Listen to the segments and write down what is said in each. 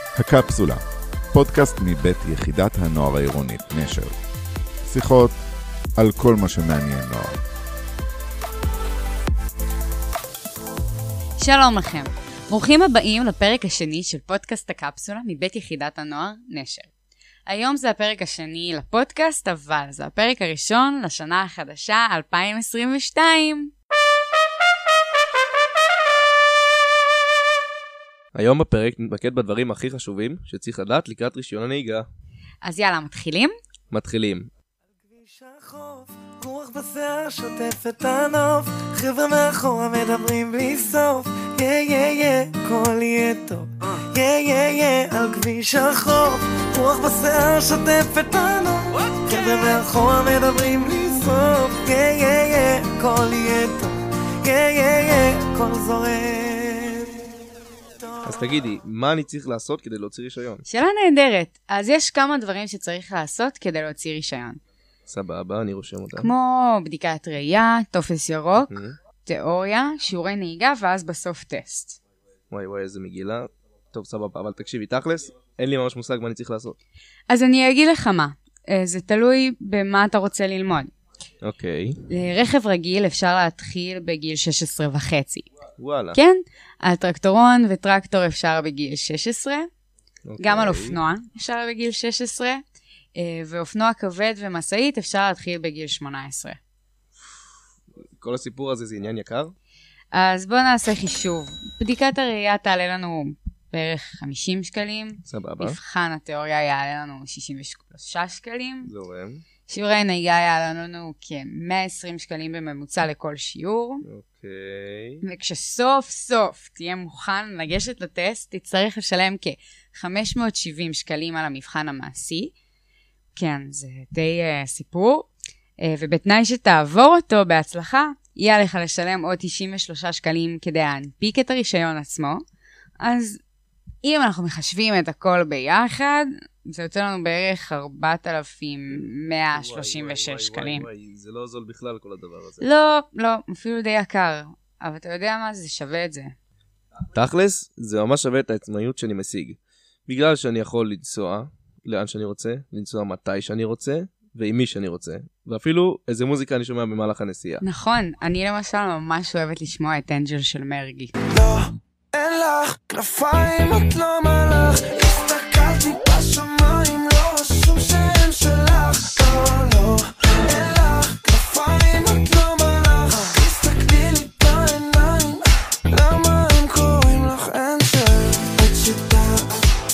הקפסולה, פודקאסט מבית יחידת הנוער העירונית נשר. שיחות על כל מה שמעניין נוער. שלום לכם, ברוכים הבאים לפרק השני של פודקאסט הקפסולה מבית יחידת הנוער נשר. היום זה הפרק השני לפודקאסט, אבל זה הפרק הראשון לשנה החדשה 2022. היום בפרק נתמקד בדברים הכי חשובים שצריך לדעת לקראת רישיון הנהיגה. אז יאללה, מתחילים? מתחילים. כביש החוף, רוח בשיער שוטף את הנוף, חבר'ה מאחורה מדברים בלי סוף, הכל יהיה טוב, על כביש החוף, רוח בשיער שוטף את הנוף, חבר'ה מאחורה מדברים בלי סוף, הכל יהיה טוב, הכל זורם. אז תגידי, מה אני צריך לעשות כדי להוציא רישיון? שאלה נהדרת. אז יש כמה דברים שצריך לעשות כדי להוציא רישיון. סבבה, אני רושם אותם. כמו בדיקת ראייה, טופס ירוק, תיאוריה, שיעורי נהיגה, ואז בסוף טסט. וואי, איזה מגילה. טוב, סבבה, אבל תקשיבי, תכלס, אין לי ממש מושג מה אני צריך לעשות. אז אני אגיד לך מה. זה תלוי במה אתה רוצה ללמוד. אוקיי. לרכב רגיל אפשר להתחיל בגיל 16 וחצי. וואלה. כן? על טרקטורון וטרקטור אפשר בגיל 16. אוקיי. גם על אופנוע אפשר בגיל 16. ואופנוע כבד ומסעית אפשר להתחיל בגיל 18. כל הסיפור הזה זה עניין יקר? אז בואו נעשה חישוב. בדיקת הראייה תעלה לנו בערך 50 שקלים. סבבה. מבחן התיאוריה יעלה לנו 63 שקלים. זורם. שיעורי נהיגה יעלה לנו כ-120 שקלים בממוצע לכל שיעור. אוקיי. וכשסוף סוף תהיה מוכן לגשת לטסט, תצטרך לשלם כ-570 שקלים על המבחן המעשי. כן, זה די סיפור. ובתנאי שתעבור אותו בהצלחה, יהיה לך לשלם עוד 93 שקלים כדי להנפיק את הרישיון עצמו. אז אם אנחנו מחשבים את הכל ביחד, זה יוצא לנו בערך 4,136 שקלים. וואי, זה לא זול בכלל כל הדבר הזה. לא, אפילו די יקר. אבל אתה יודע מה, זה שווה את זה. תכלס, זה ממש שווה את העצמאיות שאני משיג. בגלל שאני יכול לנסוע לאן שאני רוצה, לנסוע מתי שאני רוצה, ועם מי שאני רוצה. ואפילו איזה מוזיקה אני שומע במהלך הנסיעה. נכון, אני למשל ממש אוהבת לשמוע את אנג'ל של מרגי. לא, אין לך כנפיים, את לא מלאך, הסתכלתי בשמיים, לא רשום שאין שלך. לא, אין לך כנפיים, את לא מלאך, תסתכלי לי בעיניים, למה הם קוראים לך אנג'ל? את שידעת,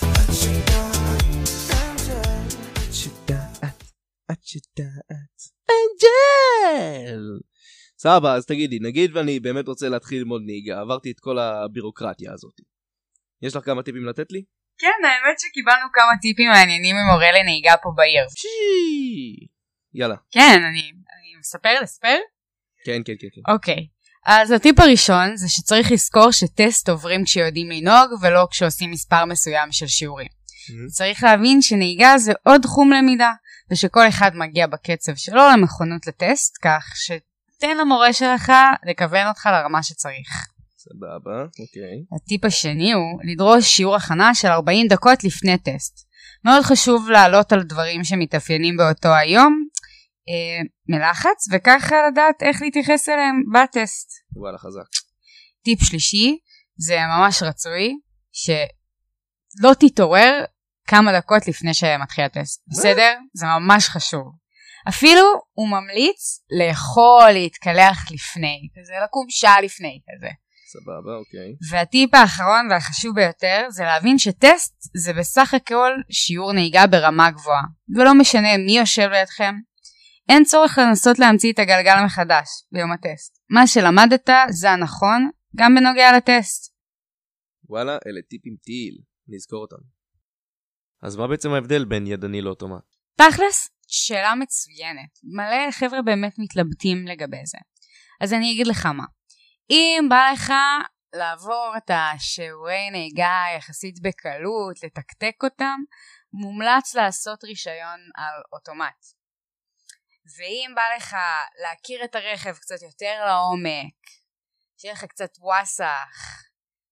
אנג'ל! סבבה, אז תגידי, נגיד ואני באמת רוצה להתחיל ללמוד נהיגה, עברתי את כל הבירוקרטיה הזאת. יש לך כמה טיפים לתת לי? כן, האמת שקיבלנו כמה טיפים מעניינים ממורה לנהיגה פה בעיר. יאללה. כן, אני לספר? כן. אוקיי. אז הטיפ הראשון זה שצריך לזכור שטסט עוברים כשיודעים לנהוג ולא כשעושים מספר מסוים של שיעורים. צריך להבין שנהיגה זה עוד תחום למידה, ושכל אחד מגיע בקצב שלו למכונות לטסט, כך שתן למורה שלך לכוון אותך לרמה שצריך. סבבה, אוקיי. הטיפ השני הוא לדרוש שיעור הכנה של 40 דקות לפני טסט. מאוד חשוב לעלות על דברים שמתאפיינים באותו היום, מלחץ, וככה לדעת איך להתייחס אליהם בטסט. וואלה, חזק. טיפ שלישי, זה ממש רצוי, שלא תתעורר כמה דקות לפני שמתחיל הטסט. בסדר? זה ממש חשוב. אפילו הוא ממליץ לאכול, להתקלח לפני, כזה לקום שעה לפני כזה. סבבה, אוקיי. והטיפ האחרון והחשוב ביותר זה להבין שטסט זה בסך הכל שיעור נהיגה ברמה גבוהה. ולא משנה מי יושב לידכם, אין צורך לנסות להמציא את הגלגל מחדש ביום הטסט. מה שלמדת זה הנכון גם בנוגע לטסט. וואלה, אלה טיפים טיל, נזכור אותם. אז מה בעצם ההבדל בין ידני לאוטומט? תכלס, שאלה מצוינת. מלא חבר'ה באמת מתלבטים לגבי זה. אז אני אגיד לך מה. אם בא לך לעבור את השיעורי נהיגה יחסית בקלות, לתקתק אותם, מומלץ לעשות רישיון על אוטומט. ואם בא לך להכיר את הרכב קצת יותר לעומק, שיהיה לך קצת וואסח,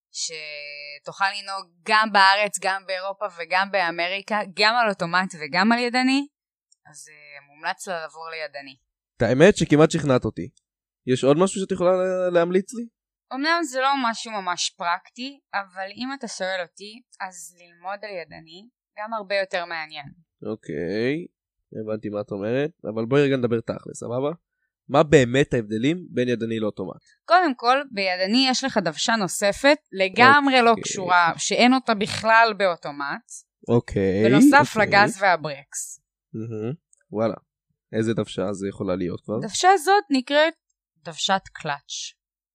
שתוכל לנהוג גם בארץ, גם באירופה וגם באמריקה, גם על אוטומט וגם על ידני, אז מומלץ לה לעבור לידני. את האמת שכמעט שכנעת אותי. יש עוד משהו שאת יכולה להמליץ לי? אמנם זה לא משהו ממש פרקטי, אבל אם אתה שואל אותי, אז ללמוד על ידני גם הרבה יותר מעניין. אוקיי, הבנתי מה את אומרת, אבל בואי רגע נדבר תכלס, סבבה? מה באמת ההבדלים בין ידני לאוטומט? קודם כל, בידני יש לך דוושה נוספת, לגמרי לא קשורה, שאין אותה בכלל באוטומט. אוקיי. בנוסף לגז והברקס. וואלה, איזה דוושה זה יכולה להיות כבר? דוושה הזאת נקראת דוושת קלאץ'.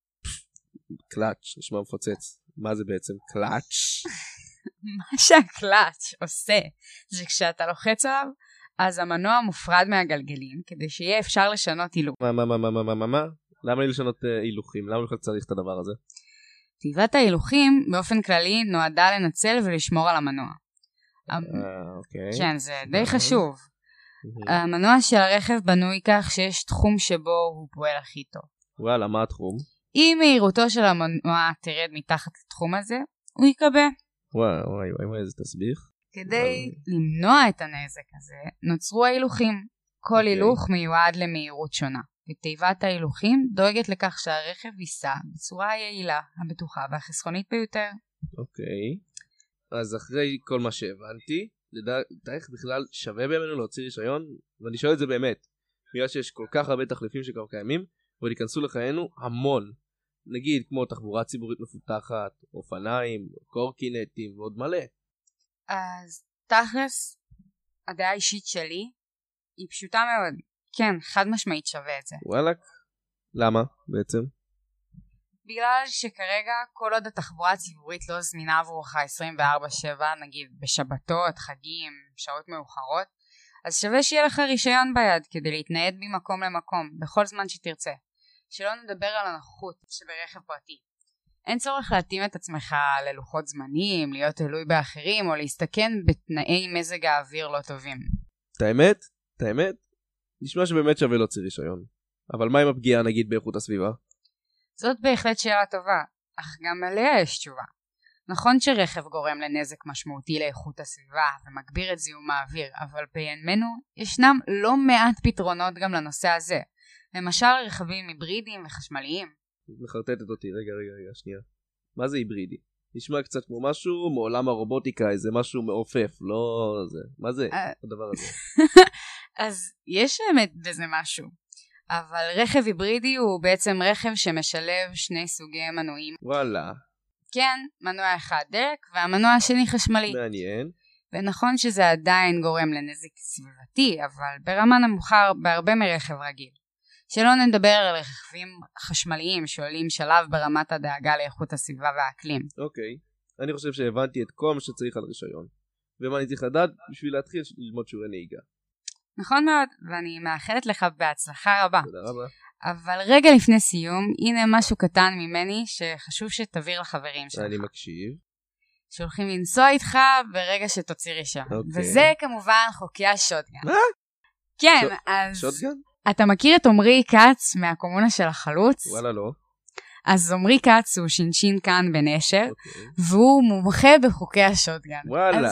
קלאץ', נשמע מפוצץ. מה זה בעצם קלאץ'? מה שהקלאץ' עושה, זה כשאתה לוחץ עליו, אז המנוע מופרד מהגלגלים, כדי שיהיה אפשר לשנות הילוך. מה? למה לי לשנות הילוכים? למה בכלל צריך את הדבר הזה? תיבת ההילוכים באופן כללי נועדה לנצל ולשמור על המנוע. אוקיי. כן, זה די חשוב. המנוע של הרכב בנוי כך שיש תחום שבו הוא פועל הכי טוב. וואלה, מה התחום? אם מהירותו של המנוע תרד מתחת לתחום הזה, הוא יקבע. וואי, איזה תסביך. כדי למנוע את הנזק הזה, נוצרו ההילוכים. כל הילוך מיועד למהירות שונה. ותיבת ההילוכים דואגת לכך שהרכב ייסע בצורה היעילה, הבטוחה והחסכונית ביותר. אוקיי. אז אחרי כל מה שהבנתי, לדעתך בכלל שווה בימינו להוציא רישיון? ואני שואל את זה באמת, בגלל שיש כל כך הרבה תחליפים שכבר קיימים, ועוד ייכנסו לחיינו המון. נגיד כמו תחבורה ציבורית מפותחת, אופניים, קורקינטים ועוד מלא. אז תכלס, הדעה האישית שלי היא פשוטה מאוד. כן, חד משמעית שווה את זה. וואלק, למה בעצם? בגלל שכרגע כל עוד התחבורה הציבורית לא זמינה עבורך 24/7, נגיד בשבתות, חגים, שעות מאוחרות, אז שווה שיהיה לך רישיון ביד כדי להתנייד ממקום למקום, בכל זמן שתרצה. שלא נדבר על הנוחות שברכב פרטי. אין צורך להתאים את עצמך ללוחות זמנים, להיות תלוי באחרים, או להסתכן בתנאי מזג האוויר לא טובים. את האמת, נשמע שבאמת שווה להוציא רישיון. אבל מה עם הפגיעה נגיד באיכות הסביבה? זאת בהחלט שאלה טובה, אך גם עליה יש תשובה. נכון שרכב גורם לנזק משמעותי לאיכות הסביבה ומגביר את זיהום האוויר, אבל בימינו ישנם לא מעט פתרונות גם לנושא הזה. למשל רכבים היברידיים וחשמליים. מחרטטת אותי, רגע, שנייה. מה זה היברידי? נשמע קצת כמו משהו מעולם הרובוטיקה, איזה משהו מעופף, לא זה. מה זה הדבר הזה? אז יש באמת בזה משהו. אבל רכב היברידי הוא בעצם רכב שמשלב שני סוגי מנועים. וואלה. כן, מנוע אחד דלק והמנוע השני חשמלי. מעניין. ונכון שזה עדיין גורם לנזק סביבתי, אבל ברמה נמוכה בהרבה מרכב רגיל. שלא נדבר על רכבים חשמליים שעולים שלב ברמת הדאגה לאיכות הסביבה והאקלים. אוקיי, אני חושב שהבנתי את כל מה שצריך על רישיון. ומה אני צריך לדעת בשביל להתחיל ללמוד שיעורי נהיגה. נכון מאוד, ואני מאחלת לך בהצלחה רבה. תודה רבה. אבל רגע לפני סיום, הנה משהו קטן ממני שחשוב שתעביר לחברים שלך. אני מקשיב. שהולכים לנסוע איתך ברגע שתוציא רישיון. וזה כמובן חוקי השוטגן. מה? כן, אז... שוטגן? אתה מכיר את עמרי כץ מהקומונה של החלוץ? וואלה לא. אז עמרי כץ הוא שינשין כאן בנשר, והוא מומחה בחוקי השוטגן. וואלה.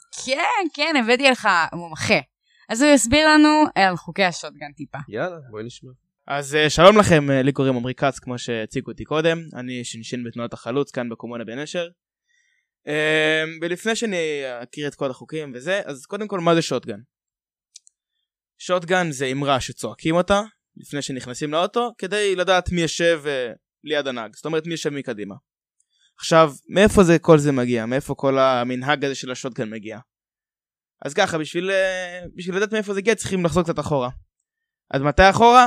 כן, הבאתי לך מומחה. אז הוא יסביר לנו על חוקי השוטגן טיפה. יאללה, בואי נשמע. אז שלום לכם, לי קוראים עמרי כץ, כמו שהציגו אותי קודם. אני שינשין בתנועת החלוץ כאן בקומונה בנשר. ולפני שאני אכיר את כל החוקים וזה, אז קודם כל מה זה שוטגן? שוטגן זה אמרה שצועקים אותה לפני שנכנסים לאוטו, כדי לדעת מי ישב ליד הנהג, זאת אומרת מי ישב מקדימה. עכשיו, מאיפה כל זה מגיע? מאיפה כל המנהג הזה של השוטגן מגיע? אז ככה, בשביל לדעת מאיפה זה הגיע, צריכים לחזור קצת אחורה. עד מתי אחורה?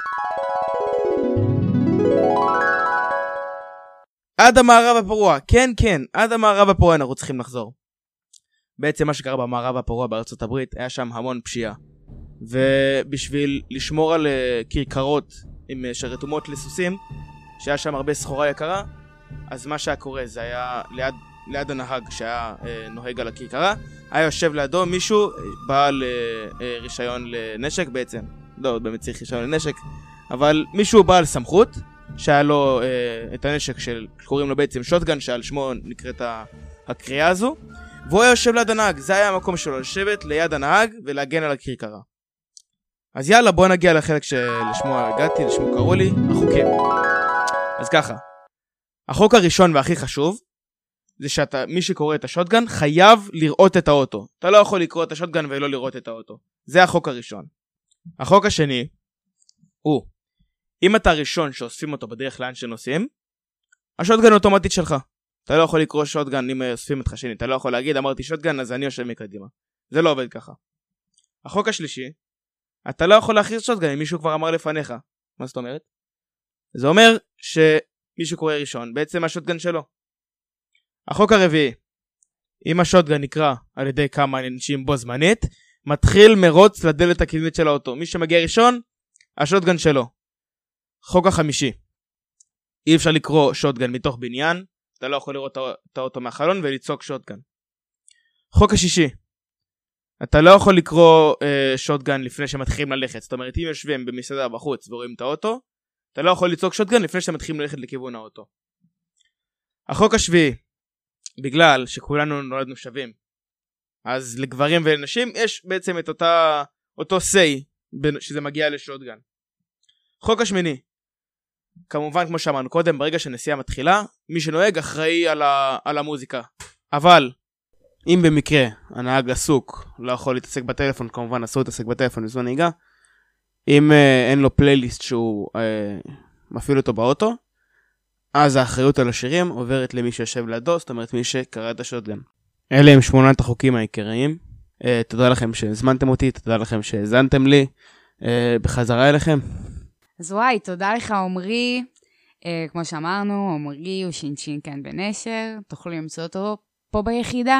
עד המערב הפרוע, כן, עד המערב הפרוע אנחנו צריכים לחזור. בעצם מה שקרה במערב הפרוע בארצות הברית, היה שם המון פשיעה. ובשביל לשמור על כרכרות שרתומות לסוסים, שהיה שם הרבה סחורה יקרה, אז מה שהיה קורה זה היה ליד הנהג שהיה נוהג על הכרכרה, היה יושב לידו מישהו בעל רישיון לנשק בעצם, לא באמת צריך רישיון לנשק, אבל מישהו בעל סמכות, שהיה לו את הנשק שקוראים לו בעצם שוטגן, שעל שמו נקראת הקריאה הזו, והוא היה יושב ליד הנהג. זה היה המקום שלו, לשבת ליד הנהג ולהגן על הכרכרה. אז יאללה, בוא נגיע לחלק שלשמו הגעתי, לשמו קראו לי, החוקים. אז ככה, החוק הראשון והכי חשוב, זה מי שקורא את השוטגן חייב לראות את האוטו. אתה לא יכול לקרוא את השוטגן ולא לראות את האוטו. זה החוק הראשון. החוק השני הוא, אם אתה הראשון שאוספים אותו בדרך לאן שנוסעים, השוטגן אוטומטית שלך. אתה לא יכול לקרוא שוטגן אם אוספים אותך שני. אתה לא יכול להגיד, אמרתי שוטגן, אז אני יושב מקדימה. זה לא עובד ככה. החוק השלישי, אתה לא יכול להכריז שוטגן אם מישהו כבר אמר לפניך. מה זאת אומרת? זה אומר שמישהו קורא ראשון, בעצם השוטגן שלו. החוק הרביעי, אם השוטגן נקרא על ידי כמה אנשים בו זמנית, מתחיל מרוץ לדלת הקדמית של האוטו. מי שמגיע ראשון, השוטגן שלו. חוק החמישי, אי אפשר לקרוא שוטגן מתוך בניין, אתה לא יכול לראות את האוטו מהחלון ולצעוק שוטגן. חוק השישי, אתה לא יכול לקרוא שוטגן לפני שמתחילים ללכת. זאת אומרת, אם יושבים במסעדה בחוץ ורואים את האוטו, אתה לא יכול לצעוק שוטגן לפני שמתחילים ללכת לכיוון האוטו. החוק השביעי, בגלל שכולנו נולדנו שווים, אז לגברים ולנשים יש בעצם את אותו say שזה מגיע לשוטגן. חוק השמיני, כמובן כמו שאמרנו קודם, ברגע שנסיעה מתחילה, מי שנוהג אחראי על המוזיקה. אבל אם במקרה הנהג עסוק, לא יכול להתעסק בטלפון, כמובן אסור להתעסק בטלפון בזמן נהיגה, אם אין לו פלייליסט שהוא מפעיל אותו באוטו, אז האחריות על השירים עוברת למי שיושב לידו, זאת אומרת מי שקרא את השוטגן. אלה הם 8 החוקים העיקריים. תודה לכם שהזמנתם אותי, תודה לכם שהאזנתם לי. בחזרה אליכם. אז וואי, תודה לך עומרי. כמו שאמרנו, עומרי הוא שינשין כאן בנשר, תוכלו למצוא אותו פה ביחידה.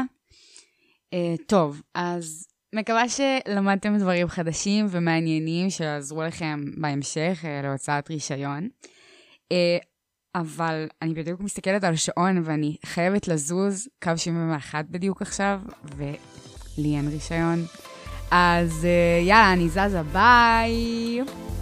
טוב, אז מקווה שלמדתם דברים חדשים ומעניינים שעזרו לכם בהמשך להוצאת רישיון. אבל אני בדיוק מסתכלת על השעון ואני חייבת לזוז, קו 71 בדיוק עכשיו, ולי אין רישיון. אז יאללה, אני זזה, ביי!